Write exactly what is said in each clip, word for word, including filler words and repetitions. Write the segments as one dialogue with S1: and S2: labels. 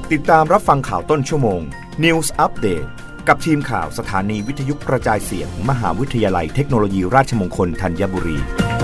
S1: ติดตามรับฟังข่าวต้นชั่วโมง News Update กับทีมข่าวสถานีวิทยุกระจายเสียง มหาวิทยาลัยเทคโนโลยีราชมงคลธัญบุรี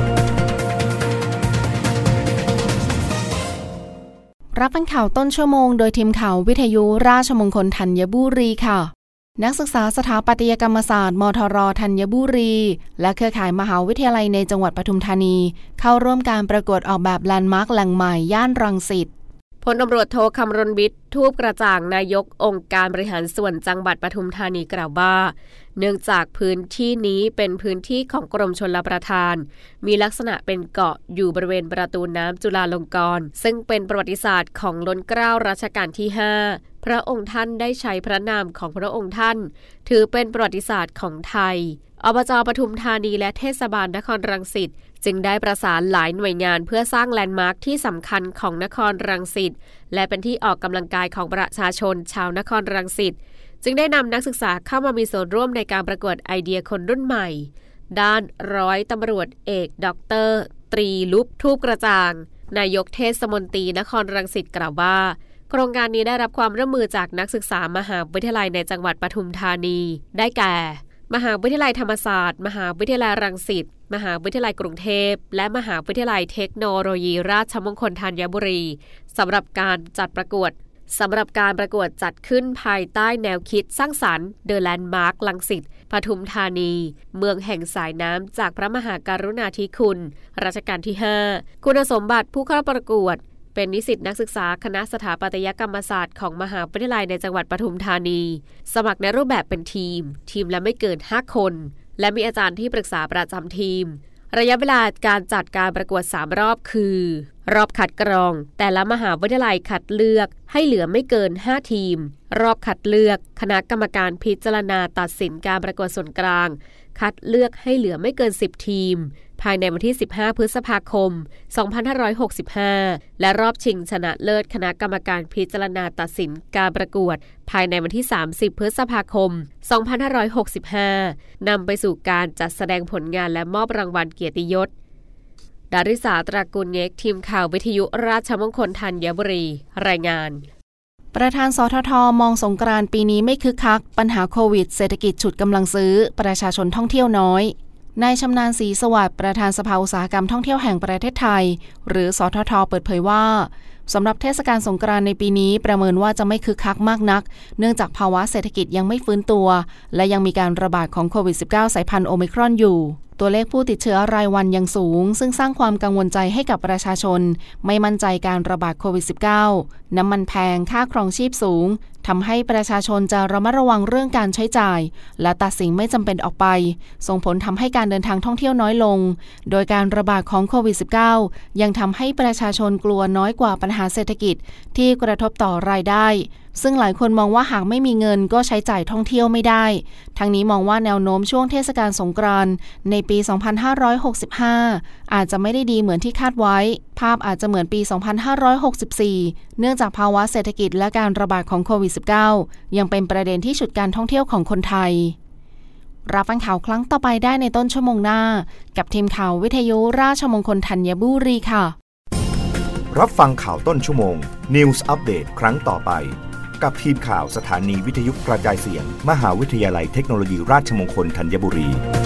S2: รับฟังข่าวต้นชั่วโมงโดยทีมข่าววิทยุราชมงคลธัญบุรีค่ะนักศึกษาสถาปัตยกรรมศาสตร์มทรธัญบุรีและเครือข่ายมหาวิทยาลัยในจังหวัดปทุมธานีเข้าร่วมการประกวดออกแบบแลนด์มาร์คแหล่งใหม่ย่านรังสิต
S3: พลตำรวจโทคำรณวิทย์ทูปกระจ่างนายกองค์การบริหารส่วนจังหวัดปทุมธานีกล่าวว่าเนื่องจากพื้นที่นี้เป็นพื้นที่ของกรมชลประทานมีลักษณะเป็นเกาะอยู่บริเวณประตูน้ำจุฬาลงกรณ์ซึ่งเป็นประวัติศาสตร์ของล้นเกล้ารัชกาลที่ห้าพระองค์ท่านได้ใช้พระนามของพระองค์ท่านถือเป็นประวัติศาสตร์ของไทยอบจ.ปทุมธานีและเทศบาลนครรังสิตจึงได้ประสานหลายหน่วยงานเพื่อสร้างแลนด์มาร์คที่สำคัญของนครรังสิตและเป็นที่ออกกำลังกายของประชาชนชาวนครรังสิตจึงได้นำนักศึกษาเข้ามามีส่วนร่วมในการประกวดไอเดียคนรุ่นใหม่ด้านร้อยตำรวจเอกดร.ตรีลุปทูปกระจ่างนายกเทศมนตรีนครรังสิตกล่าวว่าโครงการนี้ได้รับความร่วมมือจากนักศึกษามหาวิทยาลัยในจังหวัดปทุมธานีได้แก่มหาวิทยาลัยธรรมศาสตร์มหาวิทยาลัยรังสิตมหาวิทยาลัยกรุงเทพและมหาวิทยาลัยเทคโนโลยีราชมงคลธัญบุรีสำหรับการจัดประกวดสำหรับการประกวดจัดขึ้นภายใต้แนวคิดสร้างสรรค์ The Landmark รังสิตปทุมธานีเมืองแห่งสายน้ำจากพระมหากรุณาธิคุณรัชกาลที่ห้าคุณสมบัติผู้เข้าประกวดเป็นนิสิตนักศึกษาคณะสถาปัตยกรรมศาสตร์ของมหาวิทยาลัยในจังหวัดปทุมธานีสมัครในรูปแบบเป็นทีมทีมละไม่เกินห้าคนและมีอาจารย์ที่ปรึกษาประจำทีมระยะเวลาการจัดการประกวดสามรอบคือรอบคัดกรองแต่ละมหาวิทยาลัยคัดเลือกให้เหลือไม่เกินห้าทีมรอบคัดเลือกคณะกรรมการพิจารณาตัดสินการประกวดส่วนกลางคัดเลือกให้เหลือไม่เกินสิบทีมภายในวันที่สิบห้าพฤษภาคมสองพันห้าร้อยหกสิบห้าและรอบชิงชนะเลิศคณะกรรมการพิจารณาตัดสินการประกวดภายในวันที่สามสิบพฤษภาคมสองพันห้าร้อยหกสิบห้านำไปสู่การจัดแสดงผลงานและมอบรางวัลเกียรติยศดาริสาตระกูลเง็กทีมข่าววิทยุราชมงคลธัญบุรีรายงาน
S2: ประธานสทท.มองสงกรานต์ปีนี้ไม่คึกคักปัญหาโควิดเศรษฐกิจฉุดกำลังซื้อประชาชนท่องเที่ยวน้อยนายชำนาญศรีสวัสดิ์ประธานสภาอุตสาหกรรมท่องเที่ยวแห่งประเทศไทยหรือสทท.เปิดเผยว่าสำหรับเทศกาลสงกรานต์ในปีนี้ประเมินว่าจะไม่คึกคักมากนักเนื่องจากภาวะเศรษฐกิจยังไม่ฟื้นตัวและยังมีการระบาดของโควิด สิบเก้า สายพันธุ์โอมิครอนอยู่ตัวเลขผู้ติดเชื้อรายวันยังสูงซึ่งสร้างความกังวลใจให้กับประชาชนไม่มั่นใจการระบาดโควิด สิบเก้า น้ำมันแพงค่าครองชีพสูงทำให้ประชาชนจะระมัดระวังเรื่องการใช้จ่ายและตัดสิ่งไม่จำเป็นออกไปส่งผลทำให้การเดินทางท่องเที่ยวน้อยลงโดยการระบาดของโควิด สิบเก้า ยังทำให้ประชาชนกลัวน้อยกว่าปัญหาเศรษฐกิจที่กระทบต่อรายได้ซึ่งหลายคนมองว่าหากไม่มีเงินก็ใช้จ่ายท่องเที่ยวไม่ได้ทั้งนี้มองว่าแนวโน้มช่วงเทศกาลสงกรานต์ในปี สองพันห้าร้อยหกสิบห้า อาจจะไม่ได้ดีเหมือนที่คาดไว้ภาพอาจจะเหมือนปี สองพันห้าร้อยหกสิบสี่ เนื่องจากภาวะเศรษฐกิจและการระบาดของโควิด สิบเก้า ยังเป็นประเด็นที่ฉุดการท่องเที่ยวของคนไทยรับฟังข่าวครั้งต่อไปได้ในต้นชั่วโมงหน้ากับทีมข่าววิทยุราชมงคลธัญบุรีค่ะ
S1: รับฟังข่าวต้นชั่วโมง News Update ครั้งต่อไปกับทีมข่าวสถานีวิทยุกระจายเสียงมหาวิทยาลัยเทคโนโลยีราชมงคลธัญบุรี